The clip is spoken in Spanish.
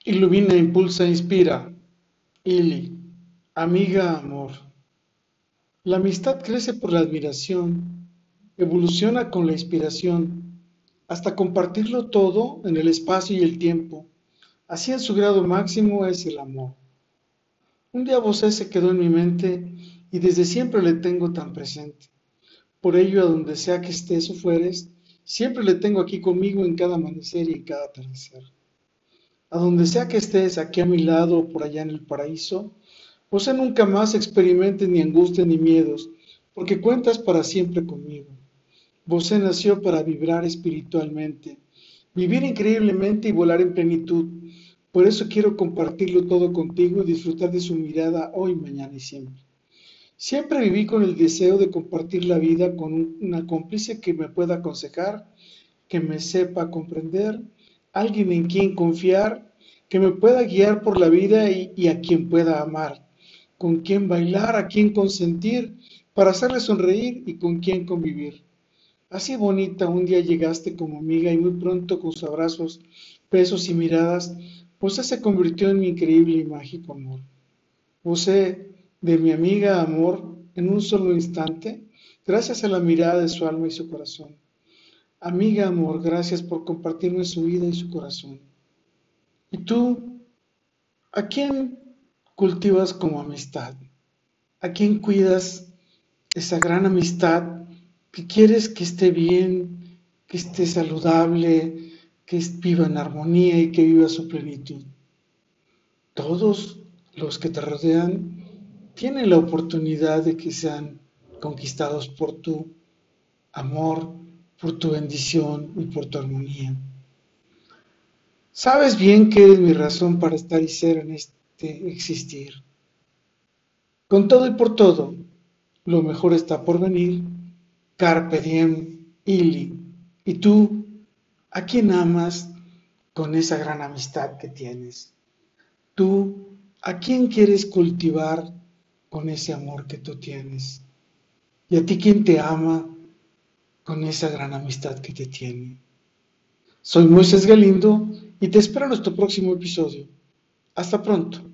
Ilumina, impulsa, inspira. Ili, amiga, amor. La amistad crece por la admiración, evoluciona con la inspiración, hasta compartirlo todo en el espacio y el tiempo. Así en su grado máximo es el amor. Un día Bosé se quedó en mi mente y desde siempre le tengo tan presente. Por ello, a donde sea que estés o fueres, siempre le tengo aquí conmigo en cada amanecer y en cada atardecer. A donde sea que estés, aquí a mi lado o por allá en el paraíso, José nunca más experimentes ni angustia ni miedos, porque cuentas para siempre conmigo. José nació para vibrar espiritualmente, vivir increíblemente y volar en plenitud. Por eso quiero compartirlo todo contigo y disfrutar de su mirada hoy, mañana y siempre. Siempre viví con el deseo de compartir la vida con una cómplice que me pueda aconsejar, que me sepa comprender, alguien en quien confiar, que me pueda guiar por la vida y a quien pueda amar, con quien bailar, a quien consentir, para hacerle sonreír y con quien convivir. Así bonita, un día llegaste como amiga y muy pronto con sus abrazos, besos y miradas, José se convirtió en mi increíble y mágico amor. José, de mi amiga amor, en un solo instante, gracias a la mirada de su alma y su corazón. Amiga amor, gracias por compartirme su vida y su corazón. ¿Y tú, a quién cultivas como amistad? ¿A quién cuidas esa gran amistad que quieres que esté bien, que esté saludable, que viva en armonía y que viva su plenitud? Todos los que te rodean tienen la oportunidad de que sean conquistados por tu amor, por tu bendición y por tu armonía. Sabes bien que eres mi razón para estar y ser en este existir. Con todo y por todo, lo mejor está por venir. Carpe diem, Ili. Y tú, ¿a quién amas con esa gran amistad que tienes? Tú, ¿a quién quieres cultivar con ese amor que tú tienes? ¿Y a ti quién te ama con esa gran amistad que te tiene? Soy Moisés Galindo y te espero en nuestro próximo episodio. Hasta pronto.